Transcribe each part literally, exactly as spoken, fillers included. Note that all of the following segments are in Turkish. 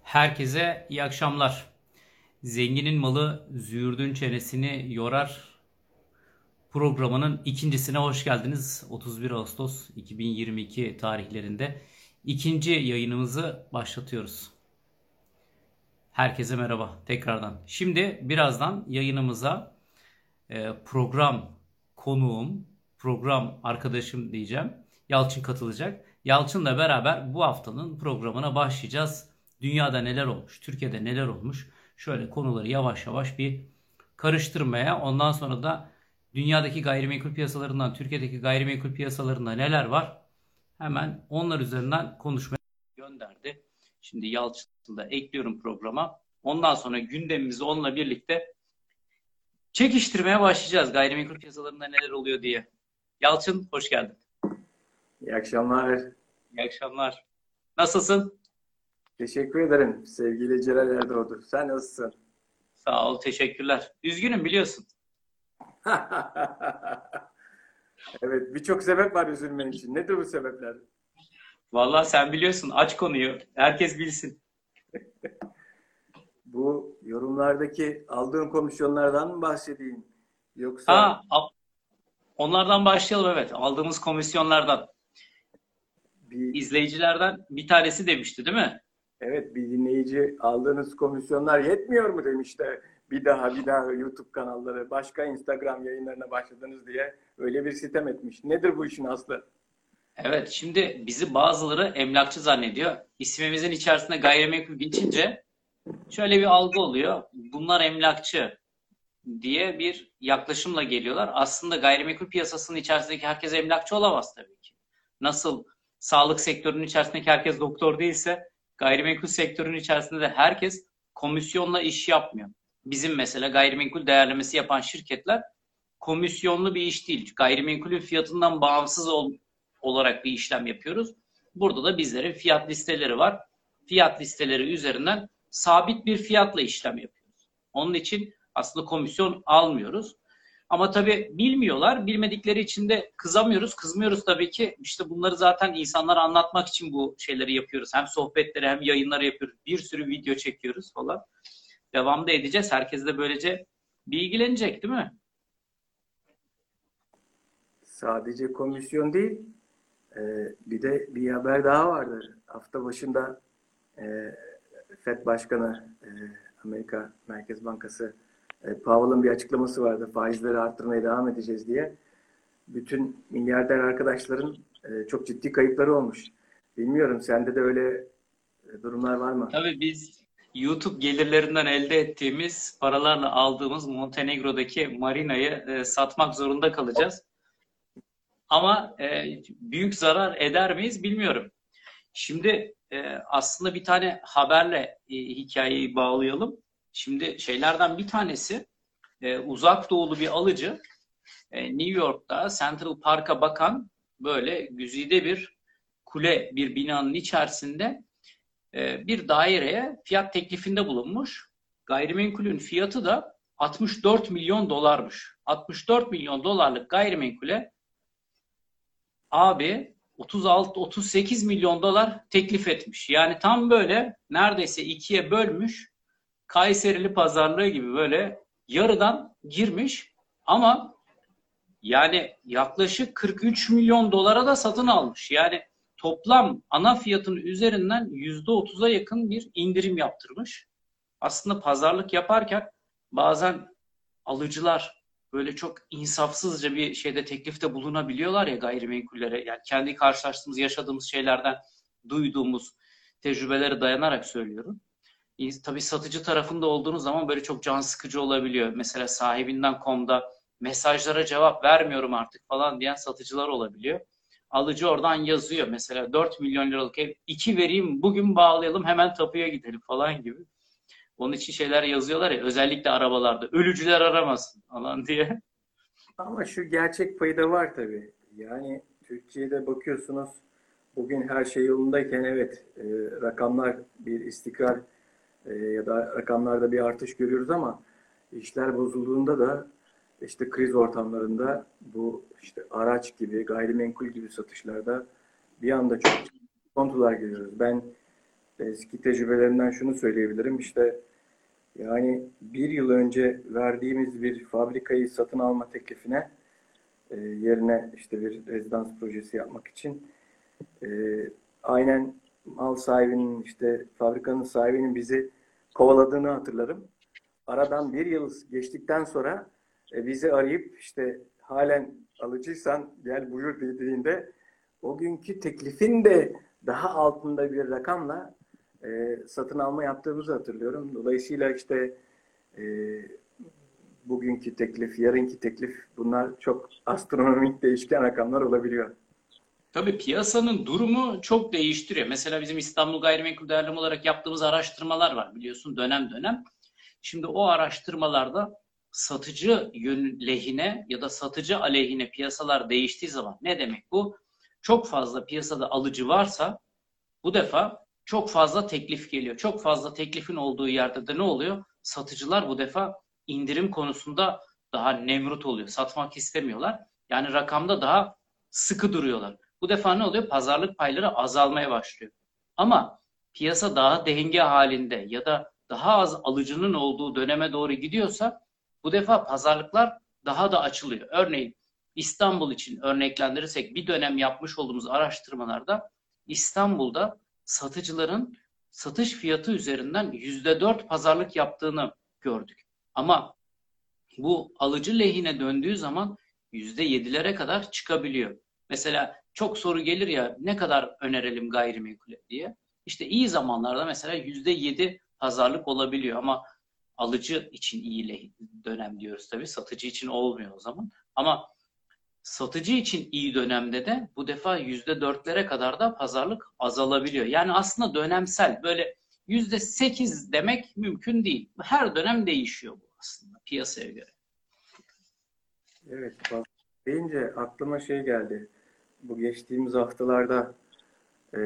Herkese iyi akşamlar. Zenginin malı züğürdün çenesini yorar programının ikincisine hoş geldiniz. otuz bir Ağustos iki bin yirmi iki tarihlerinde ikinci yayınımızı başlatıyoruz. Herkese merhaba tekrardan. Şimdi birazdan yayınımıza e, program konuğum, program arkadaşım diyeceğim. Yalçın katılacak. Yalçın'la beraber bu haftanın programına başlayacağız. Dünyada neler olmuş, Türkiye'de neler olmuş? Şöyle konuları yavaş yavaş bir karıştırmaya, ondan sonra da dünyadaki gayrimenkul piyasalarından, Türkiye'deki gayrimenkul piyasalarında neler var? Hemen onlar üzerinden konuşmaya gönderdi. Şimdi Yalçın'ı da ekliyorum programa. Ondan sonra gündemimizi onunla birlikte çekiştirmeye başlayacağız. Gayrimenkul piyasalarında neler oluyor diye. Yalçın hoş geldin. İyi akşamlar. İyi akşamlar. Nasılsın? Teşekkür ederim sevgili Celal Erdoğdu. Sen nasılsın? Sağ ol, teşekkürler. Üzgünüm biliyorsun. Evet, birçok sebep var üzülmen için. Nedir bu sebepler? Vallahi sen biliyorsun. Aç konuyu. Herkes bilsin. Bu yorumlardaki aldığın komisyonlardan mı bahsedeyim? Yoksa Ha, onlardan başlayalım evet. Aldığımız komisyonlardan. bir İzleyicilerden bir tanesi demişti değil mi? evet bir dinleyici aldığınız komisyonlar yetmiyor mu demiş de bir daha bir daha YouTube kanalları, başka Instagram yayınlarına başladınız diye öyle bir sitem etmiş. Nedir bu işin aslı? Evet, şimdi bizi bazıları emlakçı zannediyor. İsmimizin içerisinde gayrimenkul geçince şöyle bir algı oluyor. Bunlar emlakçı diye bir yaklaşımla geliyorlar. Aslında gayrimenkul piyasasının içerisindeki herkes emlakçı olamaz tabii ki. Nasıl sağlık sektörünün içerisindeki herkes doktor değilse, gayrimenkul sektörünün içerisinde de herkes komisyonla iş yapmıyor. Bizim mesela gayrimenkul değerlemesi yapan şirketler komisyonlu bir iş değil. Gayrimenkulün fiyatından bağımsız ol, olarak bir işlem yapıyoruz. Burada da bizlerin fiyat listeleri var. Fiyat listeleri üzerinden sabit bir fiyatla işlem yapıyoruz. Onun için aslında komisyon almıyoruz. Ama tabii bilmiyorlar. Bilmedikleri için de kızamıyoruz. Kızmıyoruz tabii ki. İşte bunları zaten insanlara anlatmak için bu şeyleri yapıyoruz. Hem sohbetleri hem yayınları yapıyoruz. Bir sürü video çekiyoruz falan. Devam da edeceğiz. Herkes de böylece bilgilenecek değil mi? Sadece komisyon değil, e, bir de bir haber daha vardı. Hafta başında e, Fed Başkanı, e, Amerika Merkez Bankası e, Powell'ın bir açıklaması vardı. Faizleri arttırmaya devam edeceğiz diye. Bütün milyarder arkadaşların e, çok ciddi kayıpları olmuş. Bilmiyorum sende de öyle e, durumlar var mı? Tabii biz YouTube gelirlerinden elde ettiğimiz paralarla aldığımız Montenegro'daki marinayı e, satmak zorunda kalacağız. Ama e, büyük zarar eder miyiz bilmiyorum. Şimdi e, aslında bir tane haberle e, hikayeyi bağlayalım. Şimdi şeylerden bir tanesi e, uzak doğulu bir alıcı e, New York'ta Central Park'a bakan böyle güzide bir kule, bir binanın içerisinde e, bir daireye fiyat teklifinde bulunmuş. Gayrimenkulün fiyatı da altmış dört milyon dolarmış. altmış dört milyon dolarlık gayrimenkule abi otuz altı otuz sekiz milyon dolar teklif etmiş. Yani tam böyle neredeyse ikiye bölmüş. Kayserili pazarlığı gibi böyle yarıdan girmiş ama yani yaklaşık kırk üç milyon dolara da satın almış. Yani toplam ana fiyatının üzerinden yüzde otuza yakın bir indirim yaptırmış. Aslında pazarlık yaparken bazen alıcılar böyle çok insafsızca bir şeyde teklifte bulunabiliyorlar ya gayrimenkullere. Yani kendi karşılaştığımız, yaşadığımız şeylerden duyduğumuz tecrübelere dayanarak söylüyorum. Tabii satıcı tarafında olduğunuz zaman böyle çok can sıkıcı olabiliyor. Mesela sahibinden nokta com'da mesajlara cevap vermiyorum artık falan diyen satıcılar olabiliyor. Alıcı oradan yazıyor. Mesela dört milyon liralık ev iki vereyim bugün bağlayalım hemen tapuya gidelim falan gibi. Onun için şeyler yazıyorlar ya özellikle arabalarda ölücüler aramasın falan diye. Ama şu gerçek payı da var tabii. Yani Türkiye'de bakıyorsunuz bugün her şey yolundayken evet e, rakamlar bir istikrar e, ya da rakamlarda bir artış görüyoruz ama işler bozulduğunda da işte kriz ortamlarında bu işte araç gibi, gayrimenkul gibi satışlarda bir anda çok kontular görüyoruz. Ben e, eski tecrübelerimden şunu söyleyebilirim. İşte yani bir yıl önce verdiğimiz bir fabrikayı satın alma teklifine e, yerine işte bir rezidans projesi yapmak için e, aynen mal sahibinin işte fabrikanın sahibinin bizi kovaladığını hatırlarım. Aradan bir yıl geçtikten sonra e, bizi arayıp işte halen alıcıysan gel buyur dediğinde o günkü teklifin de daha altında bir rakamla e, satın alma yaptığımızı hatırlıyorum. Dolayısıyla işte e, bugünkü teklif, yarınki teklif bunlar çok astronomik değişken rakamlar olabiliyor. Tabii piyasanın durumu çok değiştiriyor. Mesela bizim İstanbul Gayrimenkul Değerleme olarak yaptığımız araştırmalar var biliyorsun dönem dönem. Şimdi o araştırmalarda satıcı yön lehine ya da satıcı aleyhine piyasalar değiştiği zaman ne demek bu? Çok fazla piyasada alıcı varsa bu defa çok fazla teklif geliyor. Çok fazla teklifin olduğu yerde de ne oluyor? Satıcılar bu defa indirim konusunda daha nemrut oluyor. Satmak istemiyorlar. Yani rakamda daha sıkı duruyorlar. Bu defa ne oluyor? Pazarlık payları azalmaya başlıyor. Ama piyasa daha denge halinde ya da daha az alıcının olduğu döneme doğru gidiyorsa bu defa pazarlıklar daha da açılıyor. Örneğin İstanbul için örneklendirirsek bir dönem yapmış olduğumuz araştırmalarda İstanbul'da satıcıların satış fiyatı üzerinden yüzde dört pazarlık yaptığını gördük. Ama bu alıcı lehine döndüğü zaman yüzde yedilere kadar çıkabiliyor. Mesela çok soru gelir ya ne kadar önerelim gayrimenkul diye. İşte iyi zamanlarda mesela yüzde yedi pazarlık olabiliyor ama alıcı için iyi dönem diyoruz tabii. Satıcı için olmuyor o zaman. Ama satıcı için iyi dönemde de bu defa yüzde dörtlere kadar da pazarlık azalabiliyor. Yani aslında dönemsel böyle yüzde sekiz demek mümkün değil. Her dönem değişiyor bu aslında piyasaya göre. Evet, bak deyince aklıma şey geldi. Bu geçtiğimiz haftalarda e,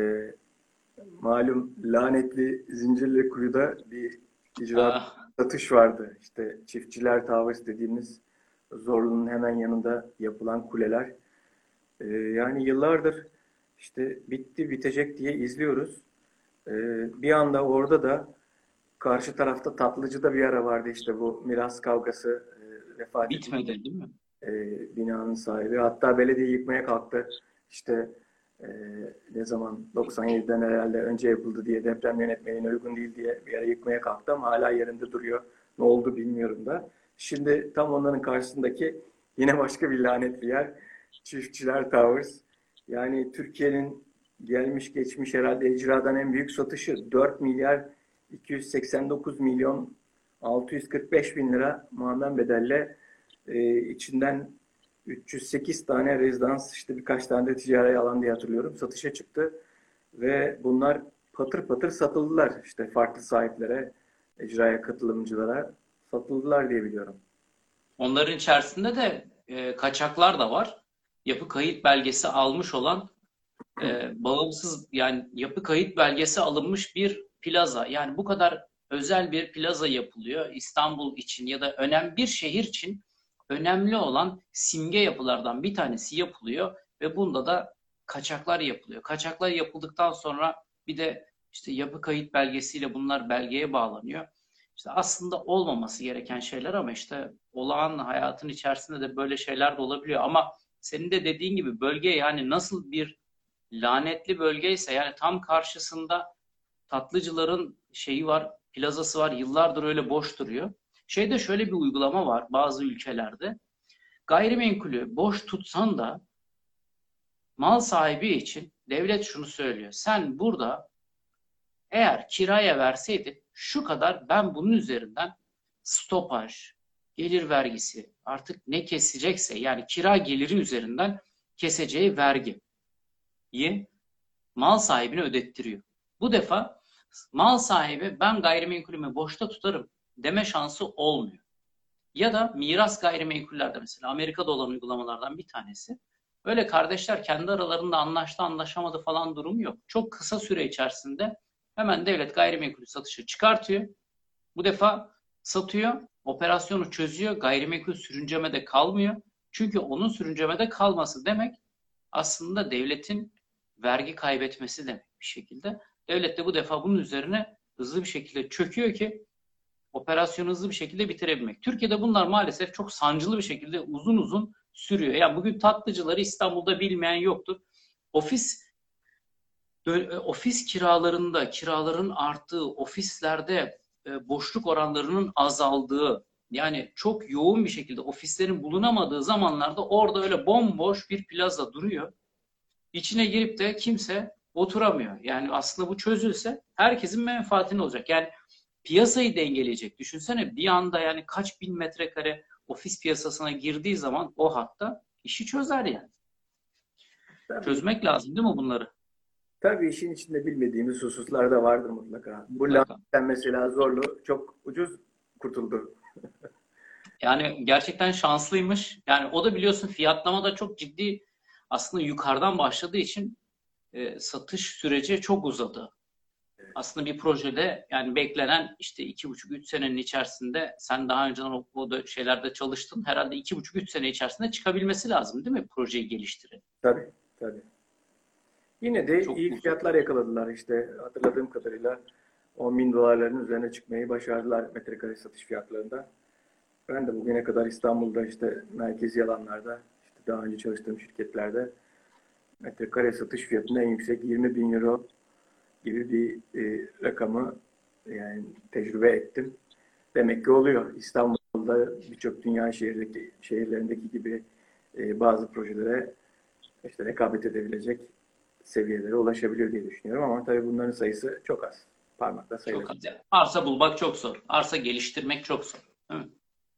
malum lanetli Zincirlikuyu'da bir icraat Aa, satış vardı. İşte çiftçiler tavırsı dediğimiz Zorlu'nun hemen yanında yapılan kuleler. Ee, yani yıllardır işte bitti bitecek diye izliyoruz. Ee, bir anda orada da karşı tarafta Tatlıcı'da bir ara vardı işte bu miras kavgası e, vefat etmiş bitmedi değil mi? e, binanın sahibi. Hatta belediye yıkmaya kalktı. İşte e, ne zaman doksan yediden herhalde önce yapıldı diye deprem yönetmeliğine uygun değil diye bir ara yıkmaya kalktı ama hala yerinde duruyor. Ne oldu bilmiyorum da. Şimdi tam onların karşısındaki yine başka bir lanetli yer. Çiftçiler Towers. Yani Türkiye'nin gelmiş geçmiş herhalde icradan en büyük satışı dört milyar iki yüz seksen dokuz milyon altı yüz kırk beş bin lira muammen bedelle e, içinden üç yüz sekiz tane rezidans, işte birkaç tane de ticari alan diye hatırlıyorum, satışa çıktı. Ve bunlar patır patır satıldılar. İşte farklı sahiplere, icraya katılımcılara satıldılar diye biliyorum. Onların içerisinde de e, kaçaklar da var. Yapı kayıt belgesi almış olan e, bağımsız yani yapı kayıt belgesi alınmış bir plaza. Yani bu kadar özel bir plaza yapılıyor İstanbul için ya da önemli bir şehir için önemli olan simge yapılardan bir tanesi yapılıyor ve bunda da kaçaklar yapılıyor. Kaçaklar yapıldıktan sonra bir de işte yapı kayıt belgesiyle bunlar belgeye bağlanıyor. İşte aslında olmaması gereken şeyler ama işte olağan hayatın içerisinde de böyle şeyler de olabiliyor. Ama senin de dediğin gibi bölge yani nasıl bir lanetli bölgeyse yani tam karşısında tatlıcıların şeyi var, plazası var. Yıllardır öyle boş duruyor. Şeyde şöyle bir uygulama var bazı ülkelerde. Gayrimenkulü boş tutsan da mal sahibi için devlet şunu söylüyor. Sen burada eğer kiraya verseydin şu kadar ben bunun üzerinden stopaj, gelir vergisi artık ne kesecekse yani kira geliri üzerinden keseceği vergiyi mal sahibine ödettiriyor. Bu defa mal sahibi ben gayrimenkulümü boşta tutarım deme şansı olmuyor. Ya da miras gayrimenkullerde mesela Amerika'da olan uygulamalardan bir tanesi. Öyle kardeşler kendi aralarında anlaştı anlaşamadı falan durum yok. Çok kısa süre içerisinde hemen devlet gayrimenkulü satışı çıkartıyor. Bu defa satıyor, operasyonu çözüyor, gayrimenkul sürüncemede kalmıyor. Çünkü onun sürüncemede kalması demek aslında devletin vergi kaybetmesi demek bir şekilde. Devlet de bu defa bunun üzerine hızlı bir şekilde çöküyor ki operasyonu hızlı bir şekilde bitirebilmek. Türkiye'de bunlar maalesef çok sancılı bir şekilde uzun uzun sürüyor. Yani bugün tatlıcıları İstanbul'da bilmeyen yoktur. Ofis ofis kiralarında, kiraların arttığı, ofislerde e, boşluk oranlarının azaldığı, yani çok yoğun bir şekilde ofislerin bulunamadığı zamanlarda orada öyle bomboş bir plaza duruyor. İçine girip de kimse oturamıyor. Yani aslında bu çözülse herkesin menfaatine olacak. Yani piyasayı dengeleyecek. Düşünsene bir anda yani kaç bin metrekare ofis piyasasına girdiği zaman o hatta işi çözer yani. Tabii, Çözmek lazım değil mi bunları? tabii işin içinde bilmediğimiz hususlar da vardır mutlaka. Bu Mutlaka. lansman mesela Zorlu çok ucuz kurtuldu. Yani gerçekten şanslıymış. Yani o da biliyorsun fiyatlama da çok ciddi aslında yukarıdan başladığı için e, satış süreci çok uzadı. Aslında bir projede yani beklenen işte iki buçuk üç senenin içerisinde sen daha önceden o, o da şeylerde çalıştın. Herhalde iki buçuk üç sene içerisinde çıkabilmesi lazım değil mi projeyi geliştirin? Tabii, tabii. Yine de Çok iyi uzun. fiyatlar yakaladılar işte hatırladığım kadarıyla on bin dolarların üzerine çıkmayı başardılar metrekare satış fiyatlarında. Ben de bugüne kadar İstanbul'da işte merkezi alanlarda işte daha önce çalıştığım şirketlerde metrekare satış fiyatında en yüksek yirmi bin euro gibi bir e, rakamı yani tecrübe ettim. Demek ki oluyor. İstanbul'da birçok dünya şehirdeki, şehirlerindeki gibi e, bazı projelere işte rekabet edebilecek seviyelere ulaşabiliyor diye düşünüyorum ama tabii bunların sayısı çok az. Parmakla Çok sayılır. az. Yani. Arsa bulmak çok zor. Arsa geliştirmek çok zor. Değil mi?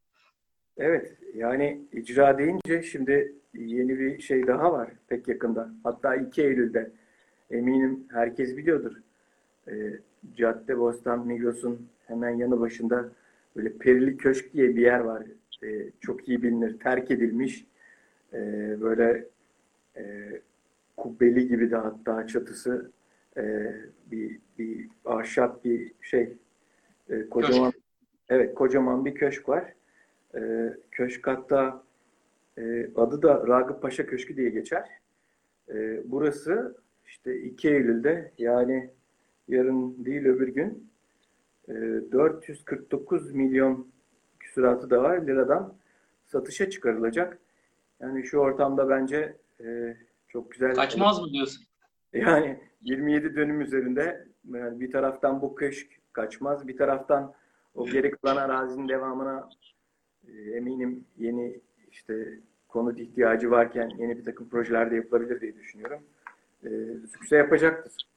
Evet, yani icra deyince şimdi yeni bir şey daha var pek yakında. Hatta iki Eylül'de eminim herkes biliyordur. E, Caddebostan Migros'un hemen yanı başında böyle Perili Köşk diye bir yer var. E, çok iyi bilinir. Terk edilmiş. E, böyle e, kubbeli gibi de hatta çatısı e, bir, bir ahşap bir şey. E, kocaman, Köşk. evet kocaman bir köşk var. E, köşk hatta e, adı da Ragıp Paşa Köşkü diye geçer. E, burası işte iki Eylül'de yani yarın değil öbür gün e, dört yüz kırk dokuz milyon küsuratı da var liradan satışa çıkarılacak. Yani şu ortamda bence e, çok güzel olur. Kaçmaz mı diyorsun? Yani yirmi yedi dönüm üzerinde yani bir taraftan bu köşk kaçmaz, bir taraftan o geri kalan arazinin devamına e, eminim yeni işte konut ihtiyacı varken yeni bir takım projeler de yapılabilir diye düşünüyorum. E, sükse yapacaktır.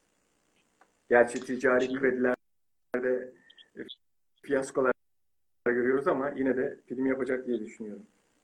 Gerçi ticari Şimdi kredilerde e, fiyaskolar görüyoruz ama yine de film yapacak diye düşünüyorum.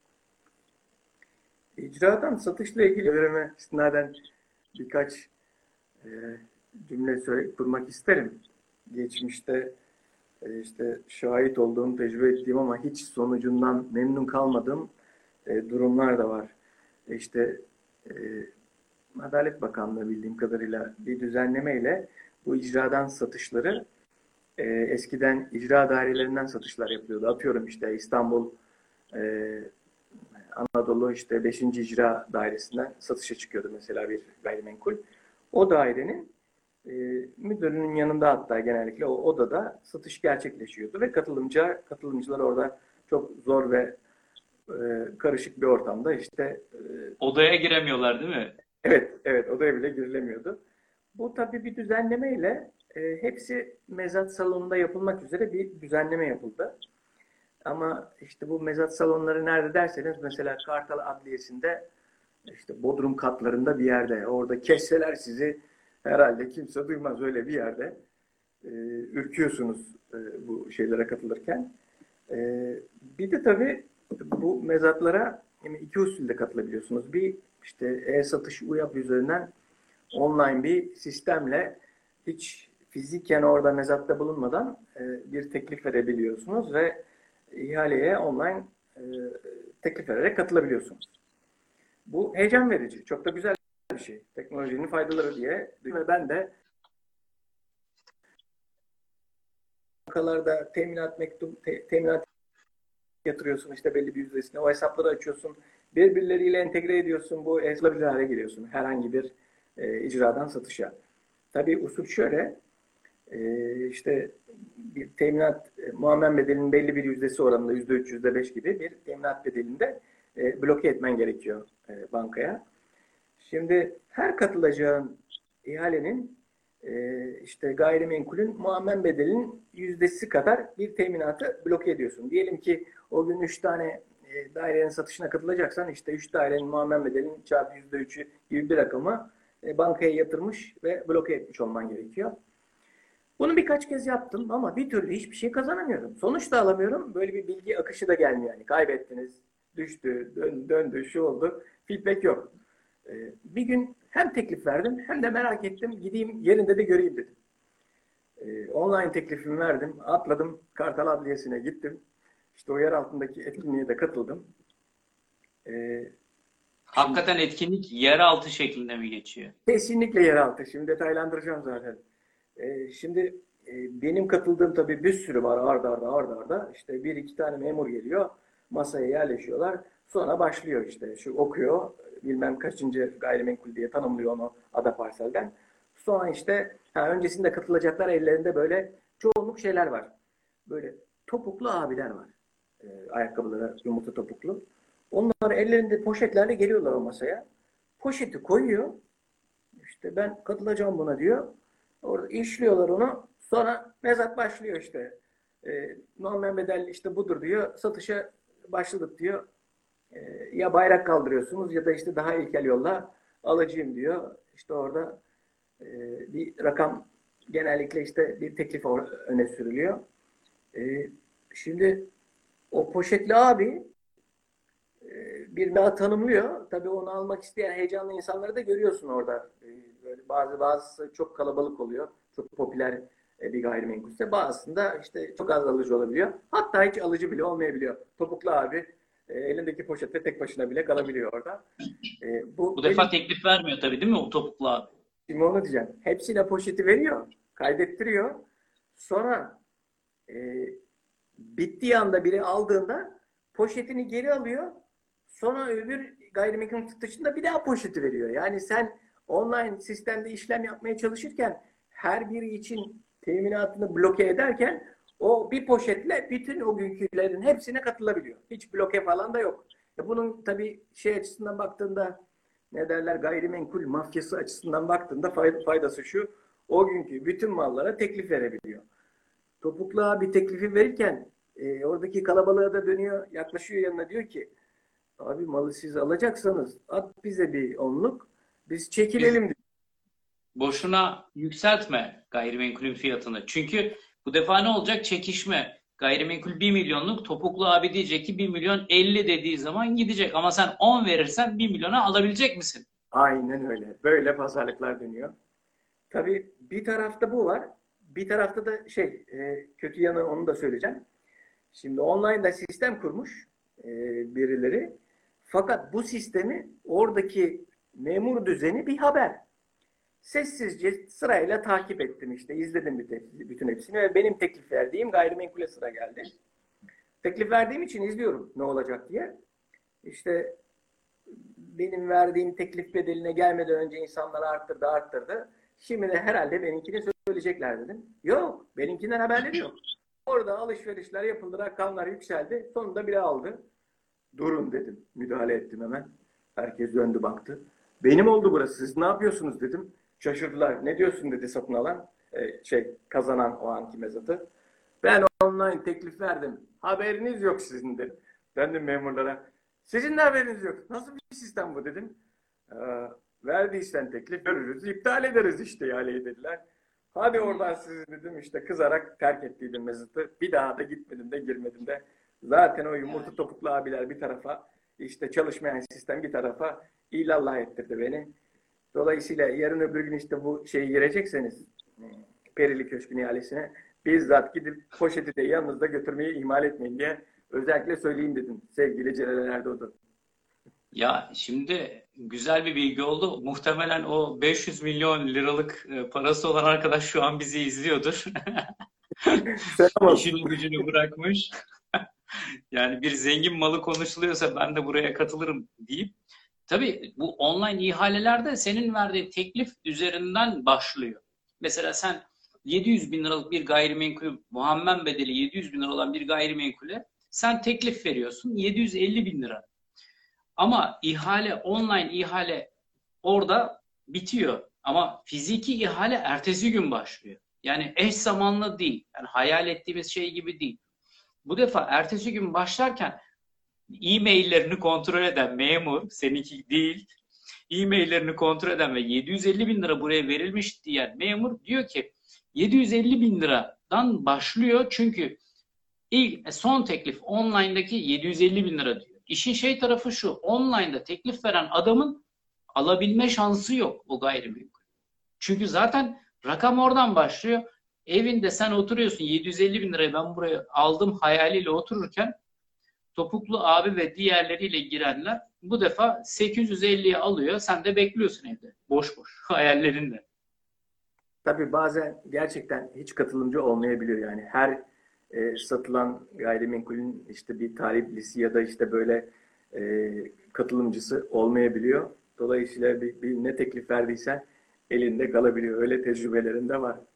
İcradan satışla ilgili önerime istinaden birkaç e, cümle söyle, kurmak isterim. Geçmişte e, işte şahit olduğum, tecrübe ettiğim ama hiç sonucundan memnun kalmadığım e, durumlar da var. E, İşte e, Adalet Bakanlığı bildiğim kadarıyla bir düzenlemeyle bu icradan satışları e, eskiden icra dairelerinden satışlar yapılıyordu. Atıyorum işte İstanbul e, Anadolu işte beşinci icra dairesinden satışa çıkıyordu mesela bir gayrimenkul. O dairenin e, müdürünün yanında hatta genellikle o odada satış gerçekleşiyordu ve katılımcı katılımcılar orada çok zor ve e, karışık bir ortamda işte e, odaya giremiyorlar değil mi? evet evet odaya bile girilemiyordu. Bu tabii bir düzenlemeyle e, hepsi mezat salonunda yapılmak üzere bir düzenleme yapıldı. Ama işte bu mezat salonları nerede derseniz mesela Kartal Adliyesi'nde işte Bodrum katlarında bir yerde. Orada kesseler sizi herhalde kimse duymaz öyle bir yerde. E, ürküyorsunuz e, bu şeylere katılırken. E, bir de tabii bu mezatlara yani iki usulde katılabiliyorsunuz. Bir işte e-satış UYAP üzerinden online bir sistemle hiç fiziken orada mezatta bulunmadan e, bir teklif verebiliyorsunuz ve ihaleye online e, teklif vererek katılabiliyorsunuz. Bu heyecan verici. Çok da güzel bir şey. Teknolojinin faydaları diye. Ve ben de bankalarda teminat mektup, te, teminat yatırıyorsun işte belli bir yüzdesine. O hesapları açıyorsun. Birbirleriyle entegre ediyorsun. Bu hesaplayabilir hale geliyorsun. Herhangi bir e, icradan satışa. tabii usul şöyle, e, işte bir teminat e, muammer bedelinin belli bir yüzdesi oranında yüzde üç, yüzde beş gibi bir teminat bedelinde e, bloke etmen gerekiyor e, bankaya. Şimdi her katılacağın ihalenin e, işte gayrimenkulün muammer bedelinin yüzdesi kadar bir teminatı bloke ediyorsun. Diyelim ki o gün üç tane e, dairenin satışına katılacaksan işte üç dairenin muammer bedelinin çarpı yüzde üçü gibi bir rakamı e, bankaya yatırmış ve bloke etmiş olman gerekiyor. Bunu birkaç kez yaptım ama bir türlü hiçbir şey kazanamıyorum. Sonuç da alamıyorum. Böyle bir bilgi akışı da gelmiyor. Yani kaybettiniz, düştü, dön, döndü, şu oldu. Feedback yok. Ee, bir gün hem teklif verdim hem de merak ettim. Gideyim yerinde de göreyim dedim. Ee, online teklifimi verdim. Atladım. Kartal Adliyesi'ne gittim. İşte o yer altındaki etkinliğe de katıldım. Ee, şimdi Hakikaten etkinlik yeraltı şeklinde mi geçiyor? kesinlikle yer altı. Şimdi detaylandıracağım zaten. Ee, şimdi e, benim katıldığım tabii bir sürü var arda arda arda arda. İşte bir iki tane memur geliyor. Masaya yerleşiyorlar. Sonra başlıyor işte. Şu okuyor. Bilmem kaçıncı gayrimenkul diye tanımlıyor onu ada parselden. Sonra işte ha, öncesinde katılacaklar ellerinde böyle çoğunluk şeyler var. Böyle topuklu abiler var. Ee, ayakkabıları yumurta topuklu. Onlar ellerinde poşetlerle geliyorlar o masaya. Poşeti koyuyor. İşte ben katılacağım buna diyor. Orada işliyorlar onu. Sonra mezat başlıyor işte. E, normal bedel işte budur diyor. Satışa başladık diyor. E, ya bayrak kaldırıyorsunuz ya da işte daha ilkel yolla alıcıyım diyor. İşte orada e, bir rakam genellikle işte bir teklif öne sürülüyor. E, şimdi o poşetli abi e, bir daha tanımlıyor. Tabii onu almak isteyen heyecanlı insanları da görüyorsun orada. E, böyle bazı bazısı çok kalabalık oluyor. Çok popüler e, bir gayrimenkulse. Bazısında işte çok az alıcı olabiliyor. Hatta hiç alıcı bile olmayabiliyor. Topuklu abi e, elindeki poşette tek başına bile kalabiliyor orada. E, Bu bu defa benim teklif vermiyor tabii değil mi o topuklu abi? şimdi onu diyeceğim. Hepsine poşeti veriyor. Kaydettiriyor. Sonra e, bittiği anda biri aldığında poşetini geri alıyor. Sonra öbür gayrimenkul satışında bir daha poşeti veriyor. Yani sen online sistemde işlem yapmaya çalışırken her biri için teminatını bloke ederken o bir poşetle bütün o günkülerin hepsine katılabiliyor. Hiç bloke falan da yok. E bunun tabii şey açısından baktığında ne derler gayrimenkul mafyası açısından baktığında faydası şu. O günkü bütün mallara teklif verebiliyor. Topukluğa bir teklifi verirken e, oradaki kalabalığa da dönüyor, yaklaşıyor yanına diyor ki abi malı siz alacaksanız at bize bir onluk, biz Biz çekilelim diyor. boşuna yükseltme gayrimenkulün fiyatını. Çünkü bu defa ne olacak? Çekişme. Gayrimenkul bir milyonluk, topuklu abi diyecek ki bir milyon elli dediği zaman gidecek. Ama sen on verirsen bir milyona alabilecek misin? Aynen öyle. Böyle pazarlıklar dönüyor. Tabii bir tarafta bu var. Bir tarafta da şey e, kötü yanı onu da söyleyeceğim. Şimdi online'da sistem kurmuş e, birileri. Fakat bu sistemi oradaki memur düzeni bir haber. Sessizce sırayla takip ettim işte. İzledim bütün hepsini ve benim teklif verdiğim gayrimenkule sıra geldi. Teklif verdiğim için izliyorum ne olacak diye. İşte benim verdiğim teklif bedeline gelmeden önce insanlar arttırdı arttırdı. Şimdi de herhalde benimkini söyleyecekler dedim. Yok, benimkinden haberleri yok. Orada alışverişler yapıldı, rakamlar yükseldi. Sonunda biri aldı. Durun dedim. Müdahale ettim hemen. Herkes döndü baktı. Benim oldu burası. Siz ne yapıyorsunuz dedim. Şaşırdılar. Ne diyorsun dedi satın alan. Ee, şey kazanan o anki mezatı. Ben online teklif verdim. Haberiniz yok sizin dedim. Döndüm memurlara. Sizin de haberiniz yok. Nasıl bir sistem bu dedim. Ee, verdiysen teklif görürüz. İptal ederiz işte ihaleyi dediler. Hadi oradan sizi dedim işte kızarak terk ettiydim mezatı. Bir daha da gitmedim de girmedim de. Zaten o yumurta topuklu abiler bir tarafa, işte çalışmayan sistem bir tarafa illallah ettirdi beni. Dolayısıyla yarın öbür gün işte bu şeyi girecekseniz Perili Köşk'ün ihalesine bizzat gidip poşeti de yanınızda götürmeyi ihmal etmeyin diye özellikle söyleyeyim dedim sevgili Celal Erdoğdu. Ya şimdi güzel bir bilgi oldu. Muhtemelen o beş yüz milyon liralık e, parası olan arkadaş şu an bizi izliyordur. Selam olsun. İşini gücünü bırakmış. Yani bir zengin malı konuşuluyorsa ben de buraya katılırım deyip. Tabii bu online ihalelerde senin verdiğin teklif üzerinden başlıyor. Mesela sen yedi yüz bin liralık bir gayrimenkul, muammen bedeli yedi yüz bin lira olan bir gayrimenkule sen teklif veriyorsun yedi yüz elli bin lira. Ama ihale, online ihale orada bitiyor. Ama fiziki ihale ertesi gün başlıyor. Yani eş zamanlı değil. Yani hayal ettiğimiz şey gibi değil. Bu defa ertesi gün başlarken e-maillerini kontrol eden memur, seninki değil, e-maillerini kontrol eden ve yedi yüz elli bin lira buraya verilmiş diyen memur diyor ki yedi yüz elli bin liradan başlıyor çünkü ilk, son teklif online'daki yedi yüz elli bin lira diyor. İşin şey tarafı şu, online'da teklif veren adamın alabilme şansı yok o gayrimenkul. Çünkü zaten rakam oradan başlıyor. Evinde sen oturuyorsun yedi yüz elli bin lirayı ben buraya aldım hayaliyle otururken topuklu abi ve diğerleriyle girenler bu defa sekiz yüz elliye alıyor. Sen de bekliyorsun evde. Boş boş hayallerinle. Tabii bazen gerçekten hiç katılımcı olmayabiliyor. Yani her e, satılan gayrimenkulün işte bir taliplisi ya da işte böyle e, katılımcısı olmayabiliyor. Dolayısıyla bir, bir ne teklif verdiysen elinde kalabiliyor. Öyle tecrübelerin de var.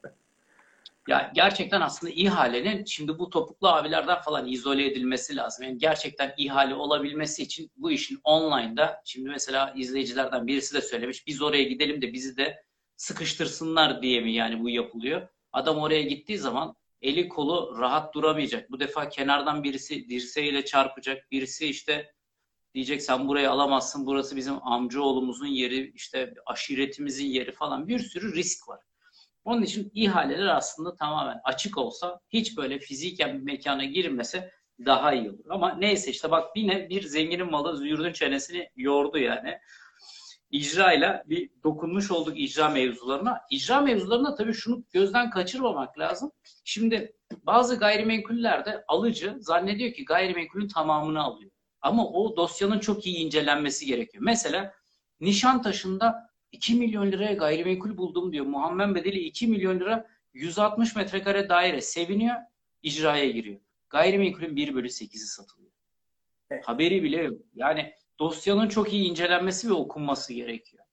Ya gerçekten aslında ihalenin şimdi bu topuklu abilerden falan izole edilmesi lazım. Yani gerçekten ihale olabilmesi için bu işin online'da şimdi mesela izleyicilerden birisi de söylemiş biz oraya gidelim de bizi de sıkıştırsınlar diye mi yani bu yapılıyor? Adam oraya gittiği zaman eli kolu rahat duramayacak. Bu defa kenardan birisi dirseğiyle çarpacak. Birisi işte diyecek sen burayı alamazsın. Burası bizim amcaoğlumuzun yeri, işte aşiretimizin yeri falan bir sürü risk var. Onun için ihaleler aslında tamamen açık olsa hiç böyle fiziken bir mekana girmese daha iyi olur. Ama neyse işte bak yine bir zenginin malı züğürdün çenesini yordu yani. İcrayla bir dokunmuş olduk icra mevzularına. İcra mevzularına tabii şunu gözden kaçırmamak lazım. Şimdi bazı gayrimenkullerde alıcı zannediyor ki gayrimenkulün tamamını alıyor. Ama o dosyanın çok iyi incelenmesi gerekiyor. Mesela Nişantaşı'nda iki milyon liraya gayrimenkul buldum diyor. Muammen bedeli iki milyon lira yüz altmış metrekare daire. Seviniyor, icraya giriyor. Gayrimenkulün bir bölü sekizi satılıyor. Haberi bile yok. Yani dosyanın çok iyi incelenmesi ve okunması gerekiyor.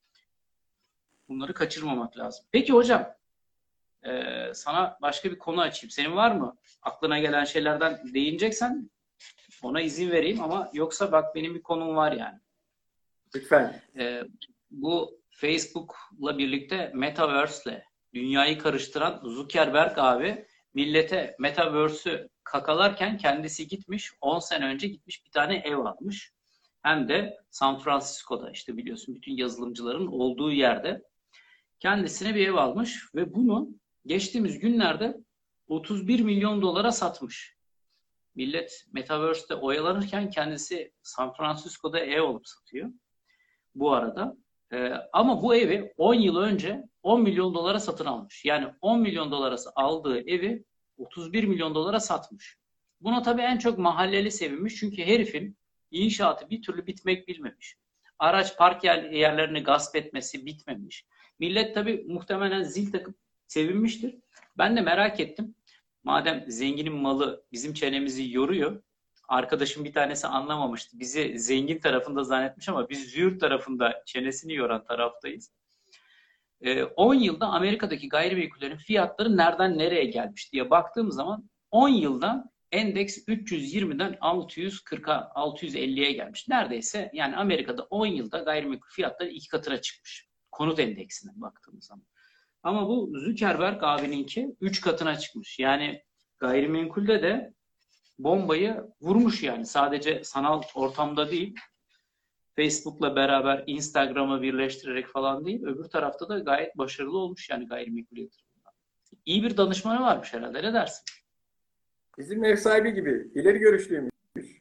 Bunları kaçırmamak lazım. Peki hocam, e, sana başka bir konu açayım. Senin var mı? Aklına gelen şeylerden değineceksen ona izin vereyim ama yoksa bak benim bir konum var yani. Lütfen. E, bu Facebook'la birlikte Metaverse'le dünyayı karıştıran Zuckerberg abi millete Metaverse'ü kakalarken kendisi gitmiş on sene önce gitmiş bir tane ev almış. Hem de San Francisco'da işte biliyorsun bütün yazılımcıların olduğu yerde kendisine bir ev almış ve bunu geçtiğimiz günlerde otuz bir milyon dolara satmış. Millet Metaverse'de oyalanırken kendisi San Francisco'da ev alıp satıyor bu arada. Ee, ama bu evi on yıl önce on milyon dolara satın almış. Yani on milyon dolara aldığı evi otuz bir milyon dolara satmış. Buna tabii en çok mahalleli sevinmiş çünkü herifin inşaatı bir türlü bitmek bilmemiş. Araç park yer, yerlerini gasp etmesi bitmemiş. Millet tabii muhtemelen zil takıp sevinmiştir. Ben de merak ettim. Madem zenginin malı bizim çenemizi yoruyor, arkadaşım bir tanesi anlamamıştı. Bizi zengin tarafında zannetmiş ama biz züğürt tarafında çenesini yoran taraftayız. Ee, on yılda Amerika'daki gayrimenkullerin fiyatları nereden nereye gelmiş diye baktığım zaman on yılda endeks üç yüz yirmiden altı yüz kırka altı yüz elliye gelmiş. Neredeyse yani Amerika'da on yılda gayrimenkul fiyatları iki katına çıkmış. Konut endeksine baktığımız zaman. Ama bu Zuckerberg abininki üç katına çıkmış. Yani gayrimenkulde de bombayı vurmuş yani. Sadece sanal ortamda değil, Facebook'la beraber Instagram'ı birleştirerek falan değil, öbür tarafta da gayet başarılı olmuş yani gayrimenkul yatırımında. İyi bir danışmanı varmış herhalde. Ne dersin? Bizim ev sahibi gibi. İleri görüşlüymüş.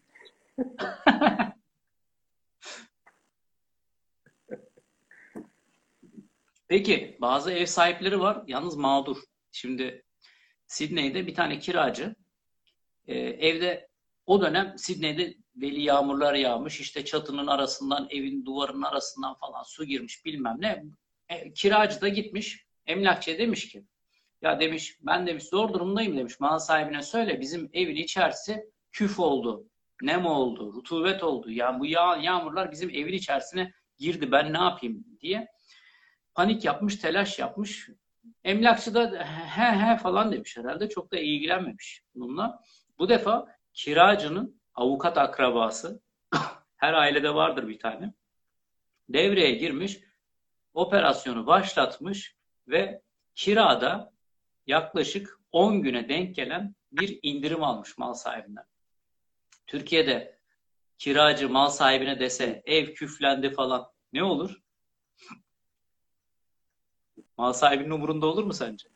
Peki bazı ev sahipleri var yalnız mağdur. Şimdi Sydney'de bir tane kiracı e, evde o dönem Sydney'de deli yağmurlar yağmış. İşte çatının arasından evin duvarının arasından falan su girmiş bilmem ne. E, kiracı da gitmiş emlakçıya demiş ki ya demiş ben demiş zor durumdayım demiş. Mal sahibine söyle bizim evin içerisi küf oldu. Nem oldu, rutubet oldu. Yani bu yağ, yağmurlar bizim evin içerisine girdi ben ne yapayım diye. Panik yapmış, telaş yapmış. Emlakçı da he he falan demiş herhalde. Çok da ilgilenmemiş bununla. Bu defa kiracının avukat akrabası, her ailede vardır bir tane, devreye girmiş, operasyonu başlatmış ve kirada yaklaşık on güne denk gelen bir indirim almış mal sahibinden. Türkiye'de kiracı mal sahibine dese ev küflendi falan ne olur? Mal sahibinin umurunda olur mu sence?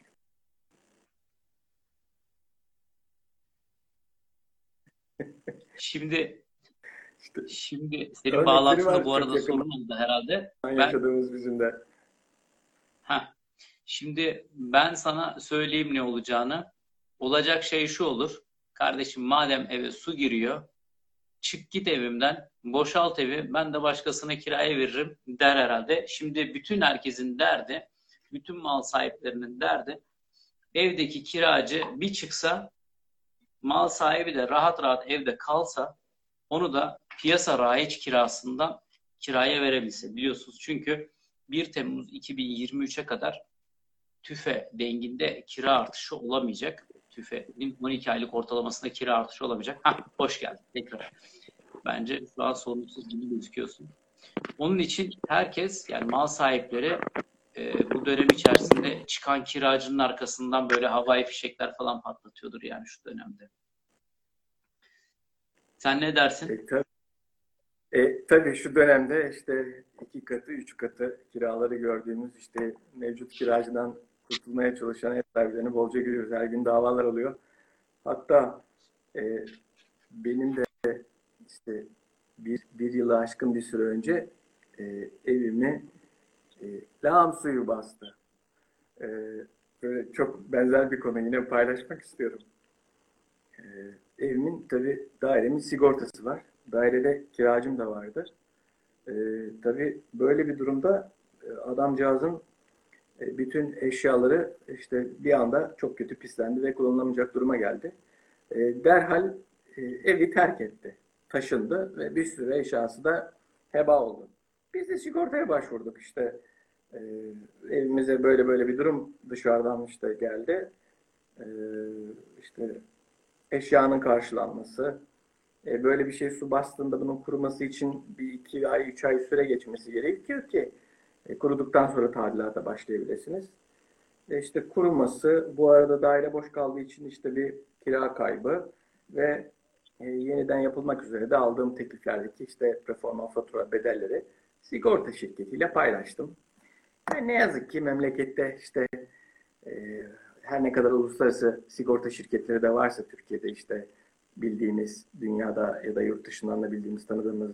Şimdi İşte şimdi senin örnekleri bağlantında var bu çok arada yakından sorun oldu herhalde. Ben yaşadığımız bizim de. heh, şimdi ben sana söyleyeyim ne olacağını. Olacak şey şu olur. Kardeşim madem eve su giriyor, çık git evimden, boşalt evi, ben de başkasına kiraya veririm der herhalde. Şimdi bütün herkesin derdi, bütün mal sahiplerinin derdi, evdeki kiracı bir çıksa, mal sahibi de rahat rahat evde kalsa, onu da piyasa raiç kirasından kiraya verebilse. Biliyorsunuz çünkü bir Temmuz iki bin yirmi üçe kadar TÜFE denginde kira artışı olamayacak. TÜFE'nin on iki aylık ortalamasında kira artışı olamayacak. Hah, hoş geldin tekrar. Bence şu an sorunsuz gibi gözüküyorsun. Onun için herkes, yani mal sahipleri e, bu dönem içerisinde çıkan kiracının arkasından böyle havai fişekler falan patlatıyordur yani şu dönemde. Sen ne dersin? E, tabii, e, tabii şu dönemde işte iki katı, üç katı kiraları gördüğümüz işte mevcut kiracıdan kurtulmaya çalışan ev sahiplerini bolca görüyoruz. Her gün davalar oluyor. Hatta e, benim de işte bir, bir yılı aşkın bir süre önce e, evimi e, lağım suyu bastı. E, Böyle çok benzer bir konu yine paylaşmak istiyorum. E, Evimin tabii dairemin sigortası var. Dairede kiracım da vardır. E, tabii böyle bir durumda e, adamcağızın e, bütün eşyaları işte bir anda çok kötü pislendi ve kullanılamayacak duruma geldi. E, derhal e, evi terk etti. Taşındı ve bir sürü eşyası da heba oldu. Biz de sigortaya başvurduk işte. E, Evimize böyle böyle bir durum dışarıdan işte geldi. E, işte eşyanın karşılanması, e, böyle bir şey su bastığında bunun kuruması için bir iki ay, üç ay süre geçmesi gerekiyor ki e, kuruduktan sonra tadilata başlayabilirsiniz. E, işte kuruması, bu arada daire boş kaldığı için işte bir kira kaybı ve e, yeniden yapılmak üzere de aldığım tekliflerdeki işte preforma fatura bedelleri sigorta şirketiyle paylaştım. Ve ne yazık ki memlekette işte e, her ne kadar uluslararası sigorta şirketleri de varsa Türkiye'de işte bildiğimiz dünyada ya da yurt dışından da bildiğimiz tanıdığımız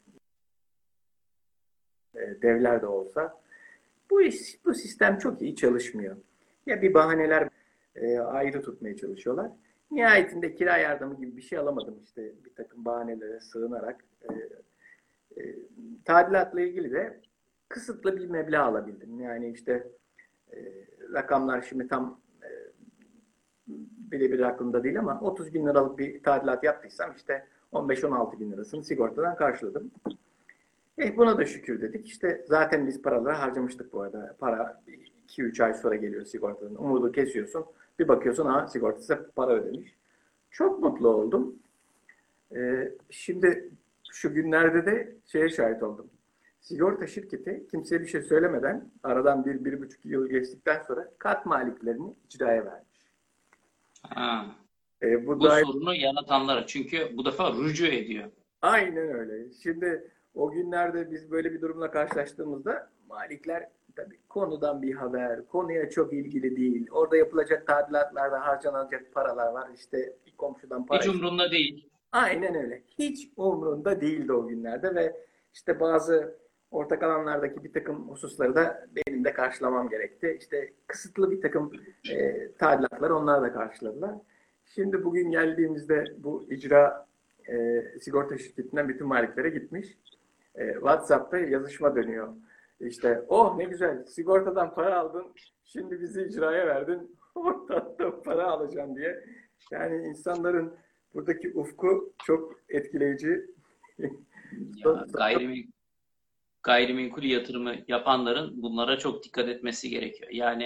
e, devler de olsa bu iş, bu sistem çok iyi çalışmıyor. Ya bir bahaneler e, ayrı tutmaya çalışıyorlar. Nihayetinde kira yardımı gibi bir şey alamadım işte bir takım bahanelere sığınarak. E, e, Tadilatla ilgili de kısıtlı bir meblağ alabildim. Yani işte e, rakamlar şimdi tam e, birebir aklımda değil ama otuz bin liralık bir tadilat yaptıysam işte on beş on altı bin lirasını sigortadan karşıladım. E buna da şükür dedik. İşte zaten biz paraları harcamıştık bu arada. Para iki üç ay sonra geliyor sigortadan. Umudu kesiyorsun. Bir bakıyorsun ha sigortası para ödemiş. Çok mutlu oldum. E, şimdi şu günlerde de şeye şahit oldum. Sigorta şirketi kimseye bir şey söylemeden aradan bir, bir buçuk yıl geçtikten sonra kat maliklerini icraya vermiş. Ha, E, bu bu da sorunu yaratanlara, çünkü bu defa rücu ediyor. aynen öyle. Şimdi o günlerde biz böyle bir durumla karşılaştığımızda malikler tabii konudan bir haber, konuya çok ilgili değil. Orada yapılacak tadilatlarda harcanacak paralar var. İşte bir komşudan para Hiç istedim. umrunda değil. Aynen öyle. Hiç umrunda değildi o günlerde ve işte bazı ortak alanlardaki bir takım hususları da benim de karşılamam gerekti. İşte kısıtlı bir takım e, tadilatlar onlar da karşıladılar. Şimdi bugün geldiğimizde bu icra e, sigorta şirketinden bütün maliklere gitmiş. E, WhatsApp'ta yazışma dönüyor. İşte oh ne güzel sigortadan para aldın şimdi bizi icraya verdin ortada para alacaksın diye. Yani insanların buradaki ufku çok etkileyici. Ya gayrimenkul, gayrimenkul yatırımı yapanların bunlara çok dikkat etmesi gerekiyor. Yani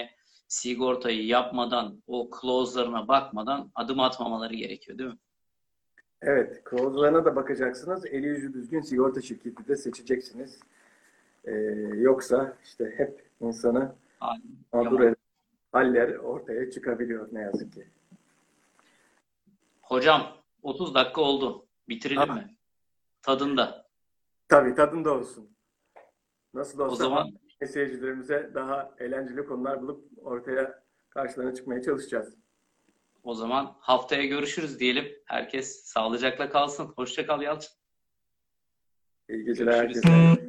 sigortayı yapmadan, o clause'larına bakmadan adım atmamaları gerekiyor, değil mi? Evet, clause'larına da bakacaksınız. Eli yüzü düzgün sigorta şirketi de seçeceksiniz. Ee, yoksa işte hep insanı Aynen. mağdur Yaman. eden haller ortaya çıkabiliyor ne yazık ki. Hocam otuz dakika oldu. Bitirelim Ah, mi? Tadında. tabii tadında olsun. Nasıl O olsa zaman seyircilerimize daha eğlenceli konular bulup ortaya karşılarına çıkmaya çalışacağız. o zaman haftaya görüşürüz diyelim. Herkes sağlıcakla kalsın. Hoşça kal Yalçın. İyi geceler Görüşürüz. herkese.